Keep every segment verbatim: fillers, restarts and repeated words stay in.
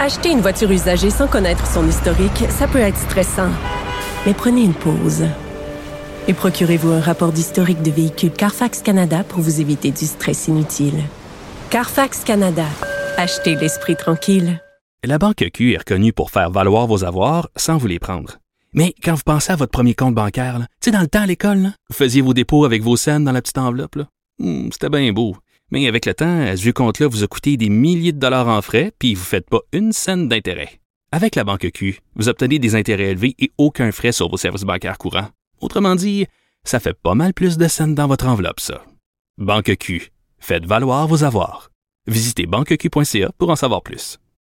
Acheter une voiture usagée sans connaître son historique, ça peut être stressant. Mais prenez une pause. Et procurez-vous un rapport d'historique de véhicule Carfax Canada pour vous éviter du stress inutile. Carfax Canada. Achetez l'esprit tranquille. La Banque Q est reconnue pour faire valoir vos avoirs sans vous les prendre. Mais quand vous pensez à votre premier compte bancaire, tu sais, dans le temps à l'école, là, vous faisiez vos dépôts avec vos scènes dans la petite enveloppe. Là. Hmm, c'était bien beau. Mais avec le temps, ce vieux compte-là vous a coûté des milliers de dollars en frais, puis vous ne faites pas une scène d'intérêt. Avec la Banque Q, vous obtenez des intérêts élevés et aucun frais sur vos services bancaires courants. Autrement dit, ça fait pas mal plus de scènes dans votre enveloppe, ça. Banque Q. Faites valoir vos avoirs. Visitez banque q point c a pour en savoir plus.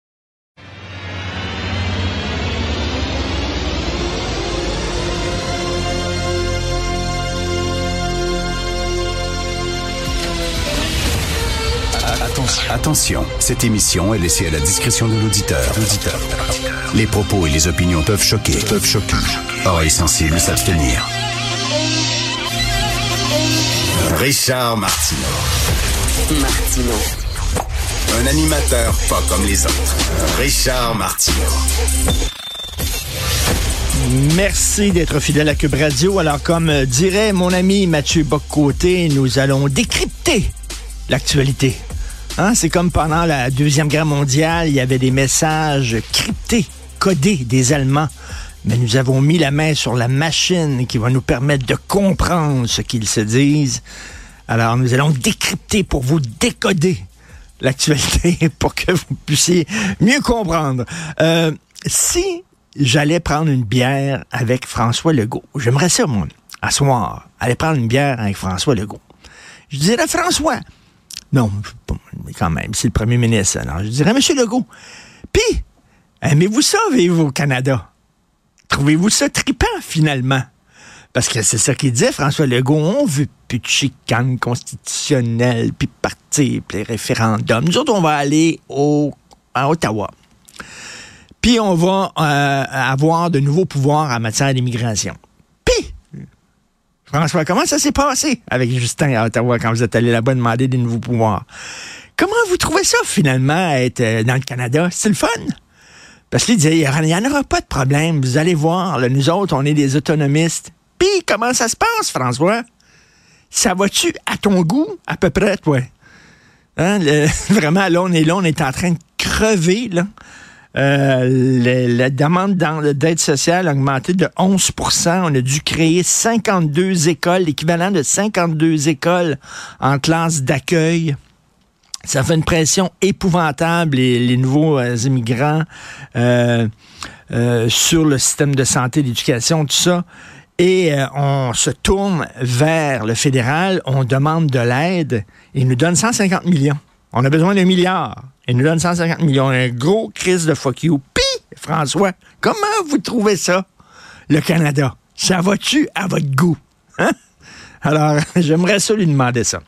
Attention, cette émission est laissée à la discrétion de l'auditeur. L'auditeur. Les propos et les opinions peuvent choquer. Peuvent choquer. Oreilles sensibles s'abstenir. Richard Martineau. Martineau. Un animateur pas comme les autres. Richard Martineau. Merci d'être fidèle à Cube Radio. Alors, comme dirait mon ami Mathieu Bock-Côté, nous allons décrypter l'actualité. Hein? C'est comme pendant la Deuxième Guerre mondiale, il y avait des messages cryptés, codés des Allemands. Mais nous avons mis la main sur la machine qui va nous permettre de comprendre ce qu'ils se disent. Alors, nous allons décrypter pour vous décoder l'actualité pour que vous puissiez mieux comprendre. Euh, si j'allais prendre une bière avec François Legault, j'aimerais ça, moi, à soir, aller prendre une bière avec François Legault. Je dirais, François, non, mais quand même, c'est le premier ministre. Alors, je dirais, Monsieur Legault, puis, aimez-vous ça, vivre au Canada? Trouvez-vous ça trippant, finalement? Parce que c'est ça qu'il disait, François Legault, on veut plus de chicane constitutionnelle, puis parti, puis les référendums. Nous autres, on va aller au, à Ottawa. Puis on va euh, avoir de nouveaux pouvoirs en matière d'immigration. Puis, François, comment ça s'est passé avec Justin à Ottawa quand vous êtes allé là-bas demander des nouveaux pouvoirs? Comment vous trouvez ça, finalement, être dans le Canada? C'est le fun? Parce qu'il disait, il n'y en aura pas de problème. Vous allez voir, là, nous autres, on est des autonomistes. Puis, comment ça se passe, François? Ça va-tu à ton goût, à peu près, toi? Hein, le, vraiment, là, on est là, on est en train de crever, là. Euh, le, la demande d'aide sociale a augmenté de onze pour cent. On a dû créer cinquante-deux écoles, l'équivalent de cinquante-deux écoles en classe d'accueil. Ça fait une pression épouvantable, les, les nouveaux euh, immigrants euh, euh, sur le système de santé, d'éducation, tout ça. Et euh, on se tourne vers le fédéral, on demande de l'aide, et il nous donne cent cinquante millions. On a besoin d'un milliard. Il nous donne cent cinquante millions. Un gros crise de fuck you. Puis, François, comment vous trouvez ça, le Canada? Ça va-tu à votre goût? Hein? Alors, j'aimerais ça lui demander ça.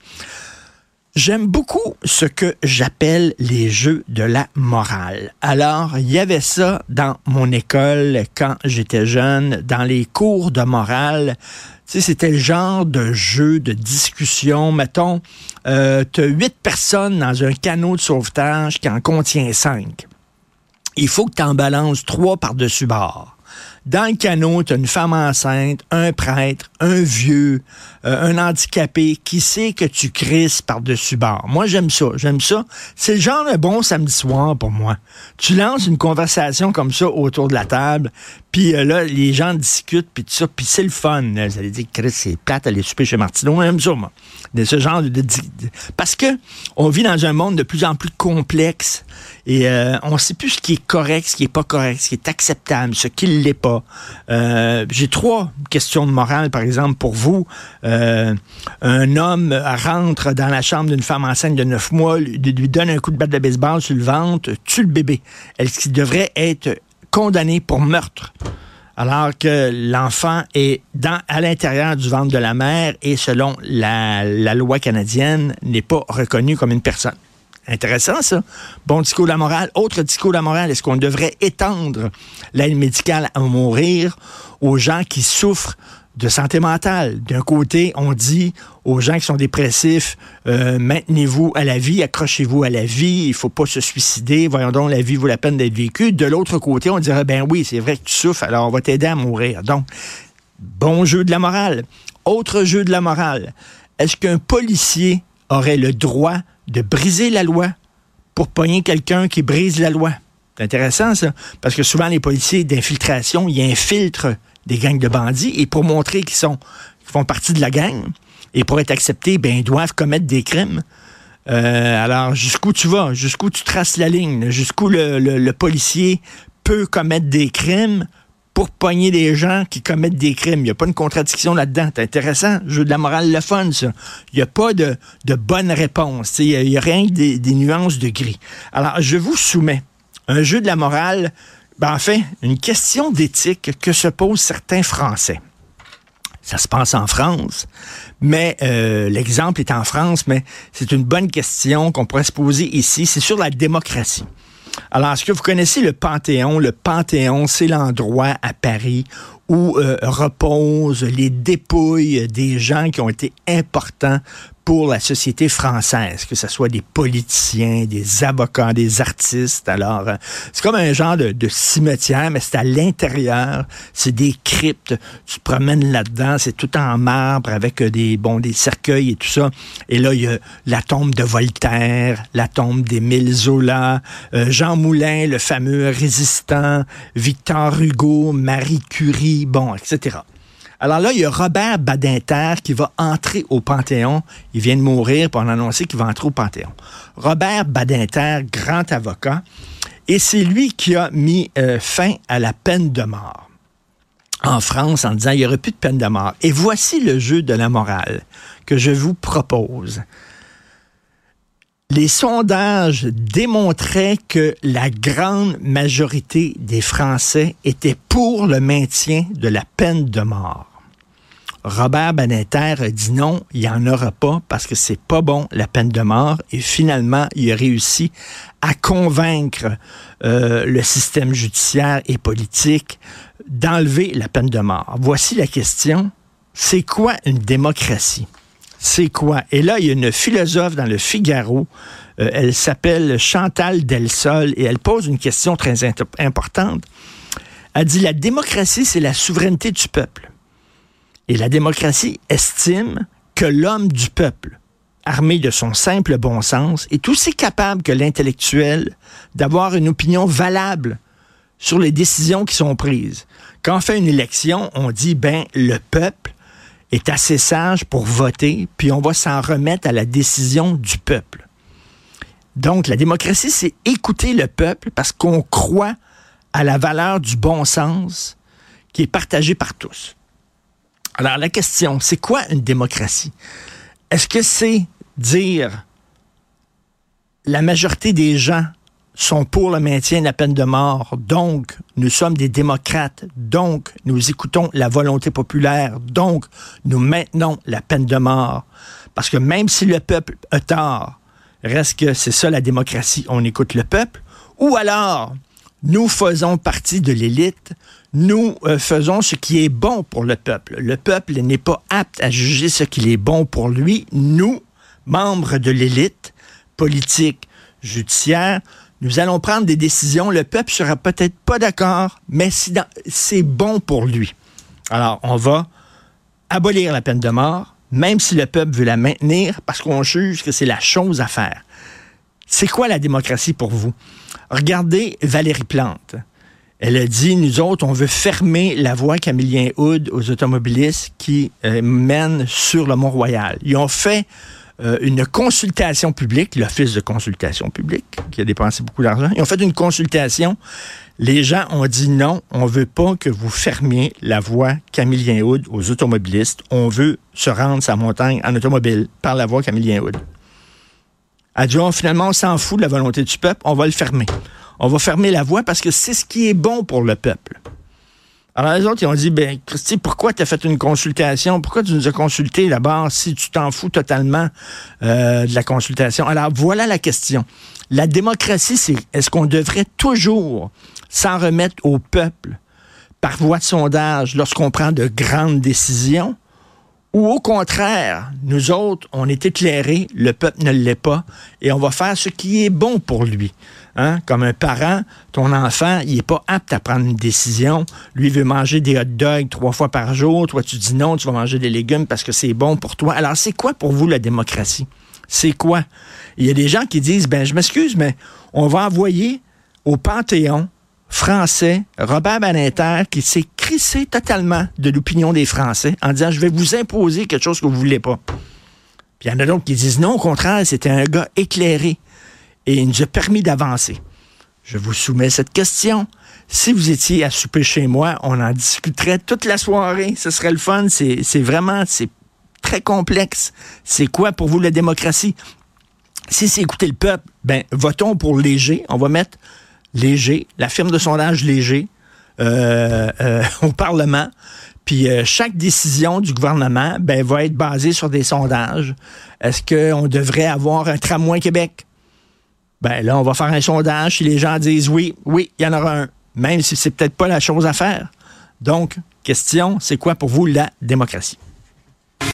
J'aime beaucoup ce que j'appelle les jeux de la morale. Alors, il y avait ça dans mon école quand j'étais jeune, dans les cours de morale. Tu sais, c'était le genre de jeu, de discussion. Mettons, euh, tu as huit personnes dans un canot de sauvetage qui en contient cinq. Il faut que tu en balances trois par-dessus bord. Dans le canot, tu as une femme enceinte, un prêtre, un vieux, euh, un handicapé qui sait que tu crisses par-dessus bord. Moi, j'aime ça. J'aime ça. C'est le genre de bon samedi soir pour moi. Tu lances une conversation comme ça autour de la table, puis euh, là, les gens discutent, puis tout ça, puis c'est le fun. Là. Vous allez dire, Chris, c'est plate, aller souper chez Martineau. J'aime ça, moi. De ce genre de, de, de... Parce que on vit dans un monde de plus en plus complexe et euh, on ne sait plus ce qui est correct, ce qui n'est pas correct, ce qui est acceptable, ce qui ne l'est pas. Euh, j'ai trois questions de morale, par exemple, pour vous. Euh, un homme rentre dans la chambre d'une femme enceinte de neuf mois, lui, lui donne un coup de batte de baseball sur le ventre, tue le bébé. Est-ce qu'il devrait être condamné pour meurtre? Alors que l'enfant est dans, à l'intérieur du ventre de la mère et selon la, la loi canadienne, n'est pas reconnu comme une personne. Intéressant, ça. Bon discours de la morale. Autre discours de la morale, est-ce qu'on devrait étendre l'aide médicale à mourir aux gens qui souffrent de santé mentale. D'un côté, on dit aux gens qui sont dépressifs, euh, maintenez-vous à la vie, accrochez-vous à la vie, il ne faut pas se suicider, voyons donc, la vie vaut la peine d'être vécue. De l'autre côté, on dirait, ben oui, c'est vrai que tu souffres, alors on va t'aider à mourir. Donc, bon jeu de la morale. Autre jeu de la morale. Est-ce qu'un policier aurait le droit de briser la loi pour pogner quelqu'un qui brise la loi? C'est intéressant, ça, parce que souvent, les policiers d'infiltration, ils infiltrent des gangs de bandits, et pour montrer qu'ils sont, qu'ils font partie de la gang, et pour être acceptés, ben, ils doivent commettre des crimes. Euh, alors, jusqu'où tu vas? Jusqu'où tu traces la ligne? Jusqu'où le, le, le policier peut commettre des crimes pour pogner des gens qui commettent des crimes? Il n'y a pas une contradiction là-dedans. C'est intéressant. Jeu de la morale, le fun, ça. Il n'y a pas de, de bonne réponse. Il n'y a, a rien que des, des nuances de gris. Alors, je vous soumets un jeu de la morale. Ben, en fait, une question d'éthique que se posent certains Français. Ça se passe en France, mais euh, l'exemple est en France, mais c'est une bonne question qu'on pourrait se poser ici. C'est sur la démocratie. Alors, est-ce que vous connaissez le Panthéon? Le Panthéon, c'est l'endroit à Paris où euh, reposent les dépouilles des gens qui ont été importants pour la société française, que ce soit des politiciens, des avocats, des artistes. Alors, euh, c'est comme un genre de, de cimetière, mais c'est à l'intérieur, c'est des cryptes, tu te promènes là-dedans, c'est tout en marbre avec des, bon, des cercueils et tout ça. Et là, il y a la tombe de Voltaire, la tombe d'Émile Zola, euh, Jean Moulin, le fameux résistant, Victor Hugo, Marie Curie, bon, et cetera. Alors là, il y a Robert Badinter qui va entrer au Panthéon. Il vient de mourir, puis on a annoncé qu'il va entrer au Panthéon. Robert Badinter, grand avocat, et c'est lui qui a mis euh, fin à la peine de mort en France en disant qu'il n'y aurait plus de peine de mort. Et voici le jeu de la morale que je vous propose. Les sondages démontraient que la grande majorité des Français étaient pour le maintien de la peine de mort. Robert Badinter a dit non, il n'y en aura pas parce que c'est pas bon, la peine de mort. Et finalement, il a réussi à convaincre euh, le système judiciaire et politique d'enlever la peine de mort. Voici la question. C'est quoi une démocratie? C'est quoi? Et là, il y a une philosophe dans le Figaro, euh, elle s'appelle Chantal Delsol, et elle pose une question très int- importante. Elle dit, la démocratie, c'est la souveraineté du peuple. Et la démocratie estime que l'homme du peuple, armé de son simple bon sens, est aussi capable que l'intellectuel d'avoir une opinion valable sur les décisions qui sont prises. Quand on fait une élection, on dit, ben, le peuple est assez sage pour voter, puis on va s'en remettre à la décision du peuple. Donc, la démocratie, c'est écouter le peuple parce qu'on croit à la valeur du bon sens qui est partagée par tous. Alors, la question, c'est quoi une démocratie? Est-ce que c'est dire la majorité des gens sont pour le maintien de la peine de mort, donc nous sommes des démocrates, donc nous écoutons la volonté populaire, donc nous maintenons la peine de mort. Parce que même si le peuple a tort, reste que c'est ça la démocratie, on écoute le peuple. Ou alors, nous faisons partie de l'élite, nous euh, faisons ce qui est bon pour le peuple. Le peuple n'est pas apte à juger ce qui est bon pour lui. Nous, membres de l'élite politique, judiciaire, nous allons prendre des décisions. Le peuple sera peut-être pas d'accord, mais c'est, dans, c'est bon pour lui. Alors, on va abolir la peine de mort, même si le peuple veut la maintenir, parce qu'on juge que c'est la chose à faire. C'est quoi la démocratie pour vous? Regardez Valérie Plante. Elle a dit, nous autres, on veut fermer la voie Camillien-Houde aux automobilistes qui euh, mènent sur le Mont-Royal. Ils ont fait euh, une consultation publique, l'Office de consultation publique, qui a dépensé beaucoup d'argent. Ils ont fait une consultation. Les gens ont dit non, on veut pas que vous fermiez la voie Camillien-Houde aux automobilistes. On veut se rendre sa montagne en automobile par la voie Camillien-Houde. Elle dit, oh, finalement, on s'en fout de la volonté du peuple, on va le fermer. On va fermer la voie parce que c'est ce qui est bon pour le peuple. Alors, les autres, ils ont dit, ben, Christy, pourquoi tu as fait une consultation? Pourquoi tu nous as consulté d'abord si tu t'en fous totalement euh, de la consultation? Alors, voilà la question. La démocratie, c'est est-ce qu'on devrait toujours s'en remettre au peuple par voie de sondage lorsqu'on prend de grandes décisions, ou au contraire, nous autres, on est éclairés, le peuple ne l'est pas, et on va faire ce qui est bon pour lui. Hein? Comme un parent, ton enfant, il n'est pas apte à prendre une décision. Lui veut manger des hot dogs trois fois par jour. Toi, tu dis non, tu vas manger des légumes parce que c'est bon pour toi. Alors, c'est quoi pour vous la démocratie? C'est quoi? Il y a des gens qui disent, ben je m'excuse, mais on va envoyer au Panthéon français Robert Badinter qui s'est crissé totalement de l'opinion des Français en disant, je vais vous imposer quelque chose que vous ne voulez pas. Puis il y en a d'autres qui disent, non, au contraire, c'était un gars éclairé. Et il nous a permis d'avancer. Je vous soumets cette question. Si vous étiez à souper chez moi, on en discuterait toute la soirée. Ce serait le fun. C'est, c'est vraiment, c'est très complexe. C'est quoi pour vous la démocratie? Si c'est écouter le peuple, ben votons pour Léger. On va mettre Léger, la firme de sondage Léger, euh, euh, au Parlement. Puis euh, chaque décision du gouvernement ben, va être basée sur des sondages. Est-ce qu'on devrait avoir un tramway Québec? Ben là, on va faire un sondage. Si les gens disent oui, oui, il y en aura un. Même si c'est peut-être pas la chose à faire. Donc, question, c'est quoi pour vous la démocratie?